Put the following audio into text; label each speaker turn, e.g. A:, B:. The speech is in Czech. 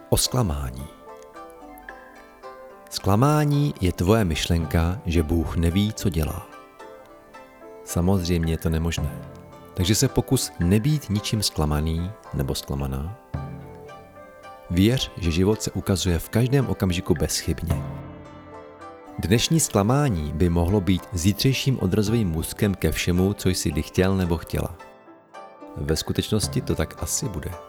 A: O zklamání. Zklamání je tvoje myšlenka, že Bůh neví, co dělá. Samozřejmě je to nemožné. Takže se pokus nebýt ničím zklamaný nebo zklamaná. Věř, že život se ukazuje v každém okamžiku bezchybně. Dnešní zklamání by mohlo být zítřejším odrazovým můstkem ke všemu, co jsi kdy chtěl nebo chtěla. Ve skutečnosti to tak asi bude.